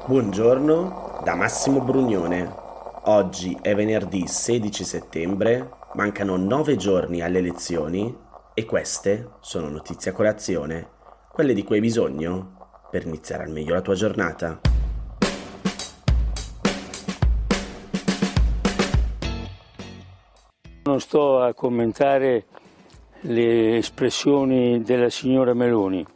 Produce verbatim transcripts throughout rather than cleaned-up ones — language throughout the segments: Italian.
Buongiorno da Massimo Brugnone. Oggi è venerdì sedici settembre, mancano nove giorni alle elezioni e queste sono notizie a colazione, quelle di cui hai bisogno per iniziare al meglio la tua giornata. Non sto a commentare le espressioni della signora Meloni.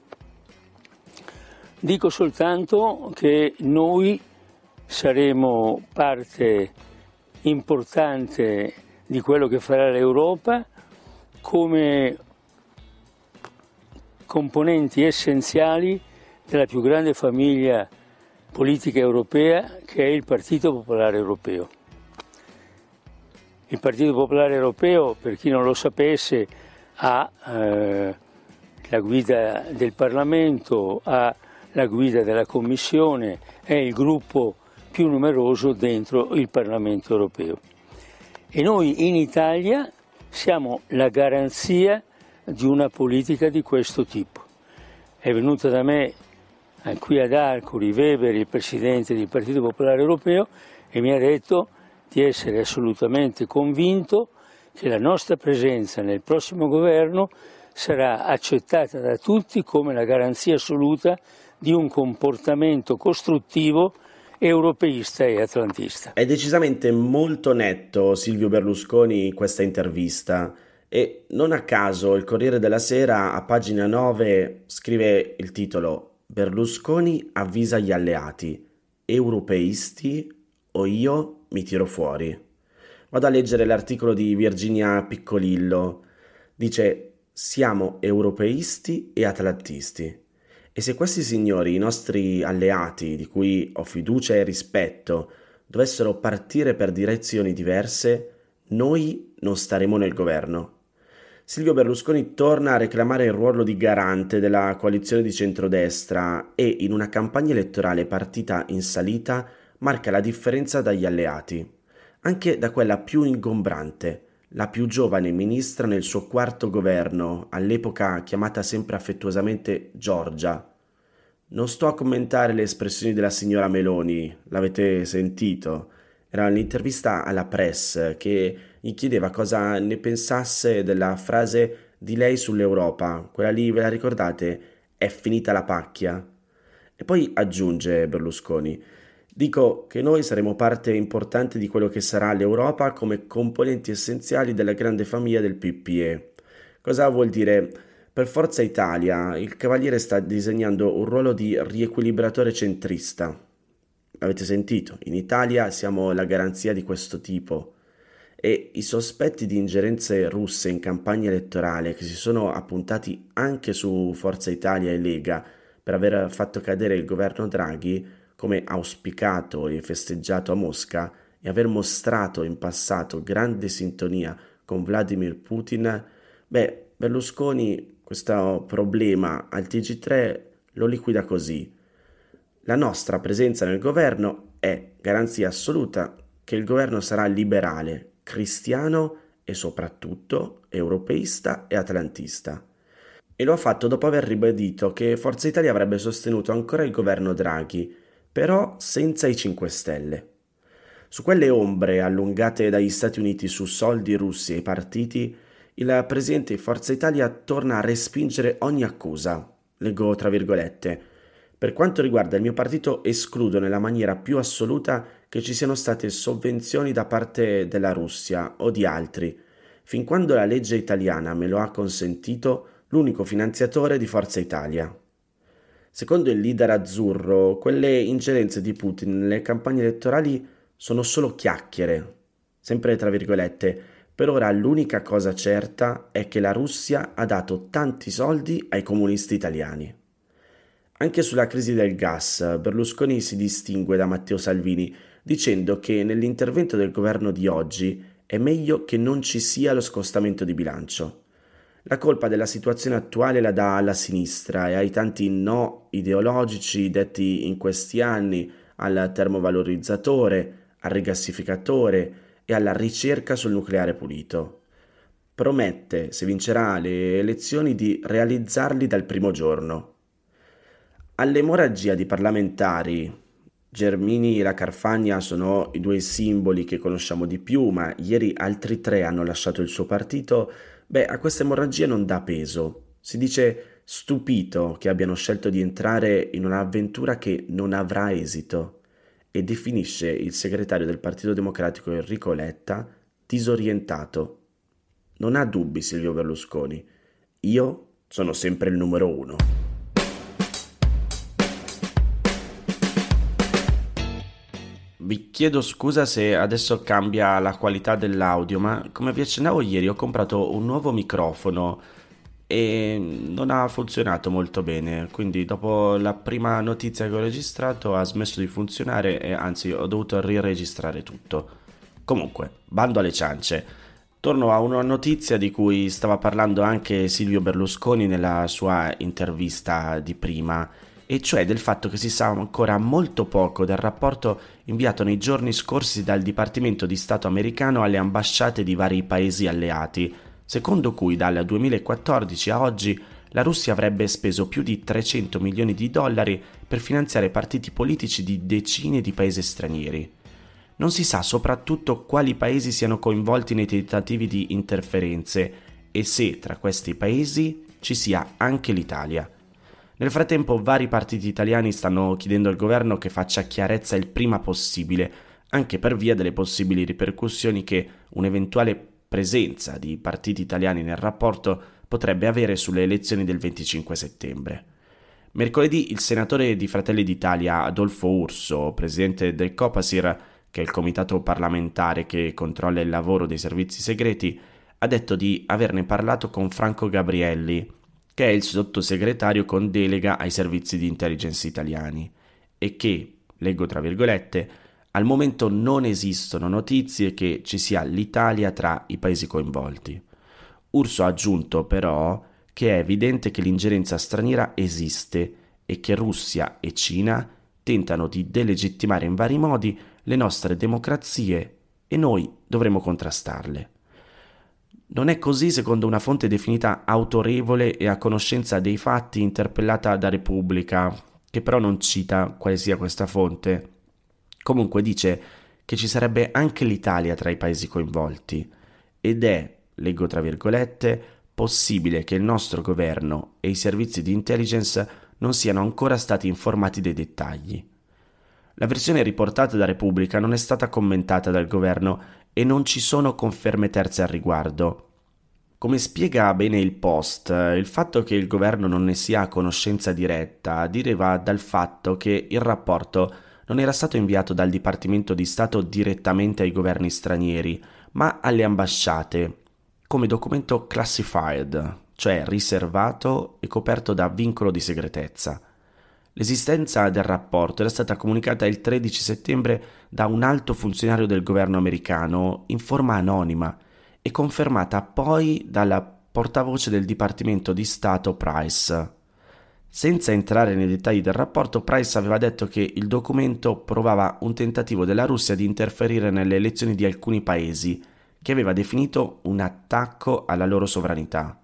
Dico soltanto che noi saremo parte importante di quello che farà l'Europa come componenti essenziali della più grande famiglia politica europea che è il Partito Popolare Europeo. Il Partito Popolare Europeo, per chi non lo sapesse, ha eh, la guida del Parlamento, ha la guida della Commissione, è il gruppo più numeroso dentro il Parlamento Europeo. E noi in Italia siamo la garanzia di una politica di questo tipo. È venuta da me qui ad Arcuri Weber, il Presidente del Partito Popolare Europeo, e mi ha detto di essere assolutamente convinto che la nostra presenza nel prossimo governo sarà accettata da tutti come la garanzia assoluta di un comportamento costruttivo europeista e atlantista. È decisamente molto netto Silvio Berlusconi in questa intervista e non a caso il Corriere della Sera a pagina nove scrive il titolo Berlusconi avvisa gli alleati, europeisti o io mi tiro fuori. Vado a leggere l'articolo di Virginia Piccolillo. Dice siamo europeisti e atlantisti. E se questi signori, i nostri alleati, di cui ho fiducia e rispetto, dovessero partire per direzioni diverse, noi non staremo nel governo. Silvio Berlusconi torna a reclamare il ruolo di garante della coalizione di centrodestra e, in una campagna elettorale partita in salita, marca la differenza dagli alleati, anche da quella più ingombrante, la più giovane ministra nel suo quarto governo, all'epoca chiamata sempre affettuosamente Giorgia. Non sto a commentare le espressioni della signora Meloni, l'avete sentito. Era l'intervista alla Press che gli chiedeva cosa ne pensasse della frase di lei sull'Europa, quella lì, ve la ricordate? È finita la pacchia. E poi aggiunge Berlusconi: dico che noi saremo parte importante di quello che sarà l'Europa come componenti essenziali della grande famiglia del P P E. Cosa vuol dire? Per Forza Italia il Cavaliere sta disegnando un ruolo di riequilibratore centrista. Avete sentito? In Italia siamo la garanzia di questo tipo. E i sospetti di ingerenze russe in campagna elettorale che si sono appuntati anche su Forza Italia e Lega per aver fatto cadere il governo Draghi, come auspicato e festeggiato a Mosca, e aver mostrato in passato grande sintonia con Vladimir Putin, beh, Berlusconi questo problema al T G tre lo liquida così. La nostra presenza nel governo è garanzia assoluta che il governo sarà liberale, cristiano e soprattutto europeista e atlantista. E lo ha fatto dopo aver ribadito che Forza Italia avrebbe sostenuto ancora il governo Draghi, però senza i cinque Stelle. Su quelle ombre allungate dagli Stati Uniti su soldi russi e partiti, il presidente di Forza Italia torna a respingere ogni accusa. Leggo tra virgolette. Per quanto riguarda il mio partito, escludo nella maniera più assoluta che ci siano state sovvenzioni da parte della Russia o di altri. Fin quando la legge italiana me lo ha consentito, l'unico finanziatore di Forza Italia. Secondo il leader azzurro, quelle ingerenze di Putin nelle campagne elettorali sono solo chiacchiere. Sempre tra virgolette, per ora l'unica cosa certa è che la Russia ha dato tanti soldi ai comunisti italiani. Anche sulla crisi del gas, Berlusconi si distingue da Matteo Salvini dicendo che nell'intervento del governo di oggi è meglio che non ci sia lo scostamento di bilancio. La colpa della situazione attuale la dà alla sinistra e ai tanti no ideologici detti in questi anni al termovalorizzatore, al rigassificatore e alla ricerca sul nucleare pulito. Promette, se vincerà le elezioni, di realizzarli dal primo giorno. All'emorragia di parlamentari Germini e la Carfagna sono i due simboli che conosciamo di più, ma ieri altri tre hanno lasciato il suo partito. Beh, a questa emorragia non dà peso. Si dice stupito che abbiano scelto di entrare in un'avventura che non avrà esito e definisce il segretario del Partito Democratico Enrico Letta disorientato. Non ha dubbi Silvio Berlusconi. Io sono sempre il numero uno. Vi chiedo scusa se adesso cambia la qualità dell'audio, ma come vi accennavo ieri ho comprato un nuovo microfono e non ha funzionato molto bene, quindi dopo la prima notizia che ho registrato ha smesso di funzionare e anzi ho dovuto riregistrare tutto. Comunque, bando alle ciance. Torno a una notizia di cui stava parlando anche Silvio Berlusconi nella sua intervista di prima, e cioè del fatto che si sa ancora molto poco del rapporto inviato nei giorni scorsi dal Dipartimento di Stato americano alle ambasciate di vari paesi alleati, secondo cui dal duemilaquattordici a oggi la Russia avrebbe speso più di trecento milioni di dollari per finanziare partiti politici di decine di paesi stranieri. Non si sa soprattutto quali paesi siano coinvolti nei tentativi di interferenze e se tra questi paesi ci sia anche l'Italia. Nel frattempo vari partiti italiani stanno chiedendo al governo che faccia chiarezza il prima possibile, anche per via delle possibili ripercussioni che un'eventuale presenza di partiti italiani nel rapporto potrebbe avere sulle elezioni del venticinque settembre. Mercoledì il senatore di Fratelli d'Italia Adolfo Urso, presidente del Copasir, che è il comitato parlamentare che controlla il lavoro dei servizi segreti, ha detto di averne parlato con Franco Gabrielli, che è il sottosegretario con delega ai servizi di intelligence italiani, e che, leggo tra virgolette, al momento non esistono notizie che ci sia l'Italia tra i paesi coinvolti. Urso ha aggiunto però che è evidente che l'ingerenza straniera esiste e che Russia e Cina tentano di delegittimare in vari modi le nostre democrazie e noi dovremo contrastarle. Non è così secondo una fonte definita autorevole e a conoscenza dei fatti interpellata da Repubblica, che però non cita quale sia questa fonte. Comunque dice che ci sarebbe anche l'Italia tra i paesi coinvolti ed è, leggo tra virgolette, possibile che il nostro governo e i servizi di intelligence non siano ancora stati informati dei dettagli. La versione riportata da Repubblica non è stata commentata dal governo e non ci sono conferme terze al riguardo. Come spiega bene il Post, il fatto che il governo non ne sia a conoscenza diretta deriva dal fatto che il rapporto non era stato inviato dal Dipartimento di Stato direttamente ai governi stranieri, ma alle ambasciate, come documento classified, cioè riservato e coperto da vincolo di segretezza. L'esistenza del rapporto era stata comunicata il tredici settembre da un alto funzionario del governo americano in forma anonima e confermata poi dalla portavoce del Dipartimento di Stato Price. Senza entrare nei dettagli del rapporto, Price aveva detto che il documento provava un tentativo della Russia di interferire nelle elezioni di alcuni paesi, che aveva definito un attacco alla loro sovranità.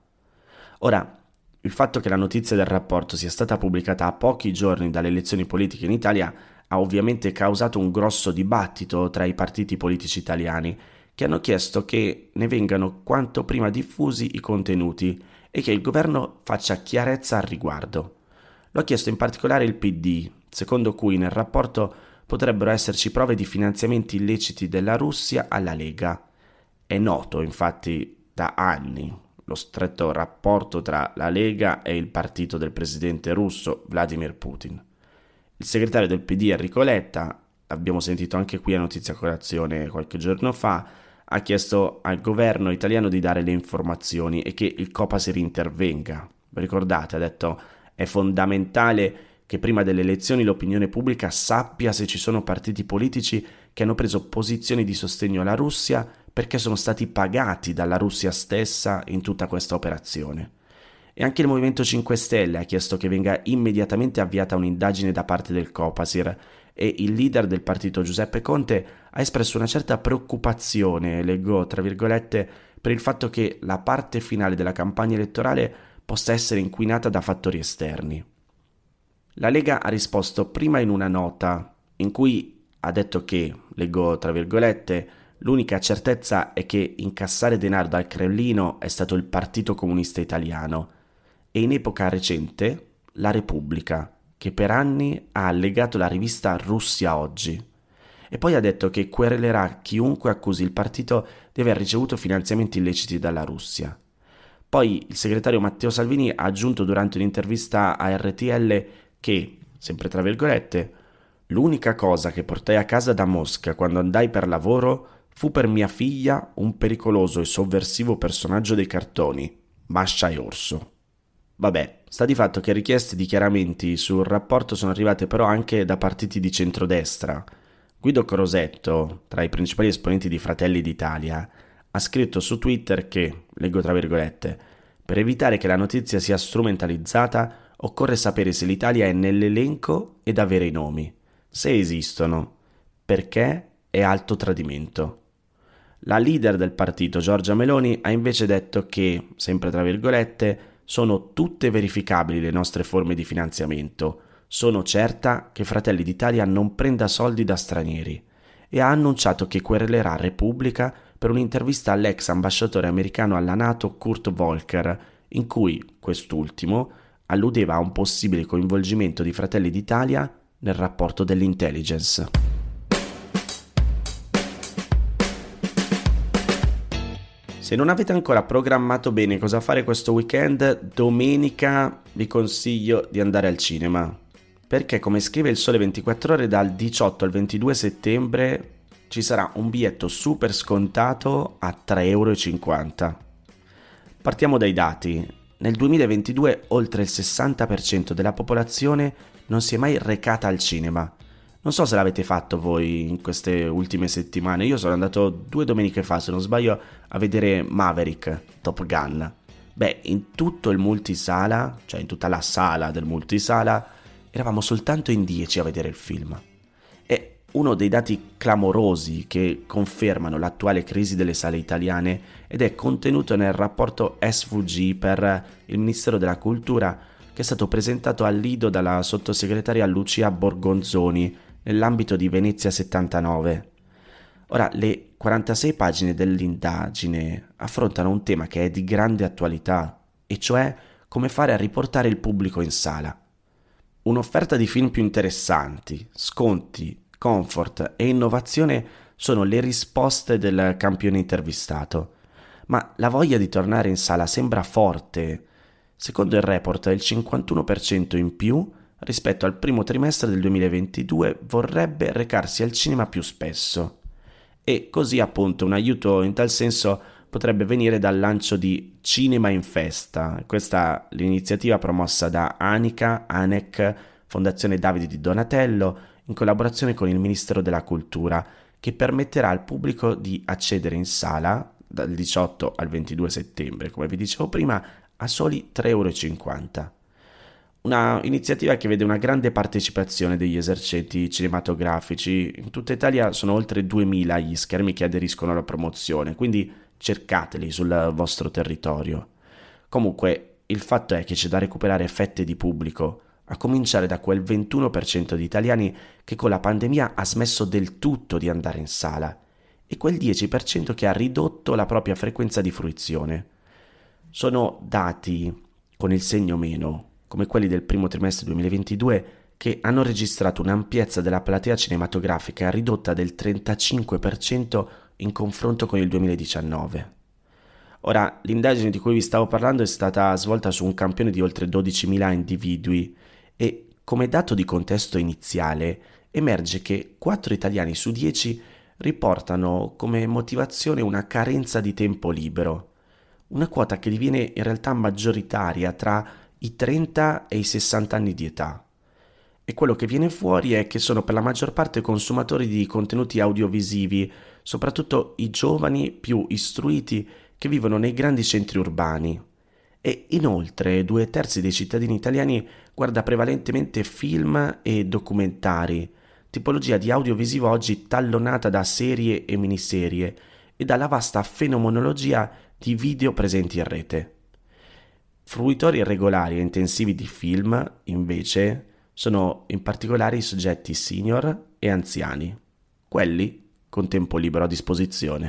Ora, il fatto che la notizia del rapporto sia stata pubblicata a pochi giorni dalle elezioni politiche in Italia ha ovviamente causato un grosso dibattito tra i partiti politici italiani, che hanno chiesto che ne vengano quanto prima diffusi i contenuti e che il governo faccia chiarezza al riguardo. Lo ha chiesto in particolare il P D, secondo cui nel rapporto potrebbero esserci prove di finanziamenti illeciti della Russia alla Lega. È noto, infatti, da anni lo stretto rapporto tra la Lega e il partito del presidente russo Vladimir Putin. Il segretario del P D Enrico Letta, abbiamo sentito anche qui a Notizia Colazione qualche giorno fa, ha chiesto al governo italiano di dare le informazioni e che il Copasir intervenga. Ricordate, ha detto, è fondamentale che prima delle elezioni l'opinione pubblica sappia se ci sono partiti politici che hanno preso posizioni di sostegno alla Russia perché sono stati pagati dalla Russia stessa in tutta questa operazione. E anche il Movimento cinque Stelle ha chiesto che venga immediatamente avviata un'indagine da parte del Copasir e il leader del partito Giuseppe Conte ha espresso una certa preoccupazione, leggo tra virgolette, per il fatto che la parte finale della campagna elettorale possa essere inquinata da fattori esterni. La Lega ha risposto prima in una nota, in cui ha detto che, leggo tra virgolette, l'unica certezza è che incassare denaro dal Cremlino è stato il Partito Comunista Italiano e in epoca recente la Repubblica, che per anni ha allegato la rivista Russia Oggi. E poi ha detto che querelerà chiunque accusi il partito di aver ricevuto finanziamenti illeciti dalla Russia. Poi il segretario Matteo Salvini ha aggiunto durante un'intervista a R T L che, sempre tra virgolette, l'unica cosa che portai a casa da Mosca quando andai per lavoro fu per mia figlia un pericoloso e sovversivo personaggio dei cartoni, Mascia e Orso. Vabbè, sta di fatto che richieste di chiarimenti sul rapporto sono arrivate però anche da partiti di centrodestra. Guido Crosetto, tra i principali esponenti di Fratelli d'Italia, ha scritto su Twitter che, leggo tra virgolette, per evitare che la notizia sia strumentalizzata occorre sapere se l'Italia è nell'elenco ed avere i nomi, se esistono, perché è alto tradimento. La leader del partito, Giorgia Meloni, ha invece detto che, sempre tra virgolette, sono tutte verificabili le nostre forme di finanziamento. Sono certa che Fratelli d'Italia non prenda soldi da stranieri e ha annunciato che querelerà Repubblica per un'intervista all'ex ambasciatore americano alla NATO Kurt Volker, in cui quest'ultimo alludeva a un possibile coinvolgimento di Fratelli d'Italia nel rapporto dell'intelligence. Se non avete ancora programmato bene cosa fare questo weekend, domenica vi consiglio di andare al cinema. Perché, come scrive il Sole ventiquattro Ore, dal diciotto al ventidue settembre ci sarà un biglietto super scontato a tre e cinquanta euro. Partiamo dai dati. Nel duemilaventidue oltre il sessanta per cento della popolazione non si è mai recata al cinema. Non so se l'avete fatto voi in queste ultime settimane. Io sono andato due domeniche fa, se non sbaglio, a vedere Maverick, Top Gun. Beh, in tutto il multisala, cioè in tutta la sala del multisala, eravamo soltanto in dieci a vedere il film. È uno dei dati clamorosi che confermano l'attuale crisi delle sale italiane ed è contenuto nel rapporto S V G per il Ministero della Cultura che è stato presentato al Lido dalla sottosegretaria Lucia Borgonzoni nell'ambito di Venezia settantanove. Ora, le quarantasei pagine dell'indagine affrontano un tema che è di grande attualità, e cioè come fare a riportare il pubblico in sala. Un'offerta di film più interessanti, sconti, comfort e innovazione sono le risposte del campione intervistato. Ma la voglia di tornare in sala sembra forte. Secondo il report, il cinquantuno per cento in più rispetto al primo trimestre del duemilaventidue vorrebbe recarsi al cinema più spesso. E così appunto un aiuto in tal senso potrebbe venire dal lancio di Cinema in Festa. Questa è l'iniziativa promossa da Anica, ANEC, Fondazione Davide di Donatello, in collaborazione con il Ministero della Cultura, che permetterà al pubblico di accedere in sala dal diciotto al ventidue settembre, come vi dicevo prima, a soli tre e cinquanta euro. Una iniziativa che vede una grande partecipazione degli esercenti cinematografici. In tutta Italia sono oltre duemila gli schermi che aderiscono alla promozione, quindi cercateli sul vostro territorio. Comunque, il fatto è che c'è da recuperare fette di pubblico, a cominciare da quel ventuno per cento di italiani che con la pandemia ha smesso del tutto di andare in sala e quel dieci per cento che ha ridotto la propria frequenza di fruizione. Sono dati con il segno meno, come quelli del primo trimestre duemilaventidue, che hanno registrato un'ampiezza della platea cinematografica ridotta del trentacinque per cento in confronto con il duemiladiciannove. Ora, l'indagine di cui vi stavo parlando è stata svolta su un campione di oltre dodicimila individui e, come dato di contesto iniziale, emerge che quattro italiani su dieci riportano come motivazione una carenza di tempo libero, una quota che diviene in realtà maggioritaria tra i trenta e i sessanta anni di età. E quello che viene fuori è che sono per la maggior parte consumatori di contenuti audiovisivi, soprattutto i giovani più istruiti che vivono nei grandi centri urbani. E inoltre due terzi dei cittadini italiani guarda prevalentemente film e documentari, tipologia di audiovisivo oggi tallonata da serie e miniserie e dalla vasta fenomenologia di video presenti in rete. Fruitori regolari e intensivi di film, invece, sono in particolare i soggetti senior e anziani, quelli con tempo libero a disposizione.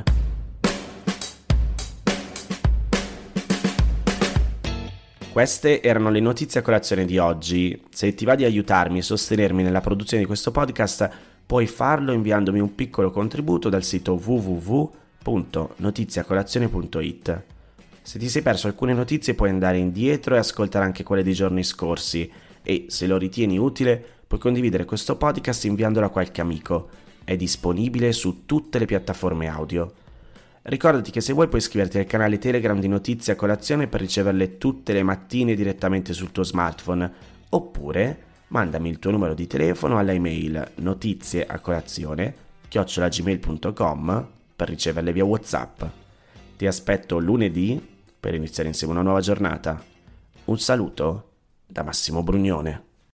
Queste erano le notizie a colazione di oggi. Se ti va di aiutarmi e sostenermi nella produzione di questo podcast, puoi farlo inviandomi un piccolo contributo dal sito w w w punto notiziacolazione punto i t. Se ti sei perso alcune notizie puoi andare indietro e ascoltare anche quelle dei giorni scorsi e, se lo ritieni utile, puoi condividere questo podcast inviandolo a qualche amico. È disponibile su tutte le piattaforme audio. Ricordati che se vuoi puoi iscriverti al canale Telegram di Notizie a Colazione per riceverle tutte le mattine direttamente sul tuo smartphone, oppure mandami il tuo numero di telefono alla email notizieacolazione chiocciola gmail punto com per riceverle via WhatsApp. Ti aspetto lunedì per iniziare insieme una nuova giornata. Un saluto da Massimo Brugnone.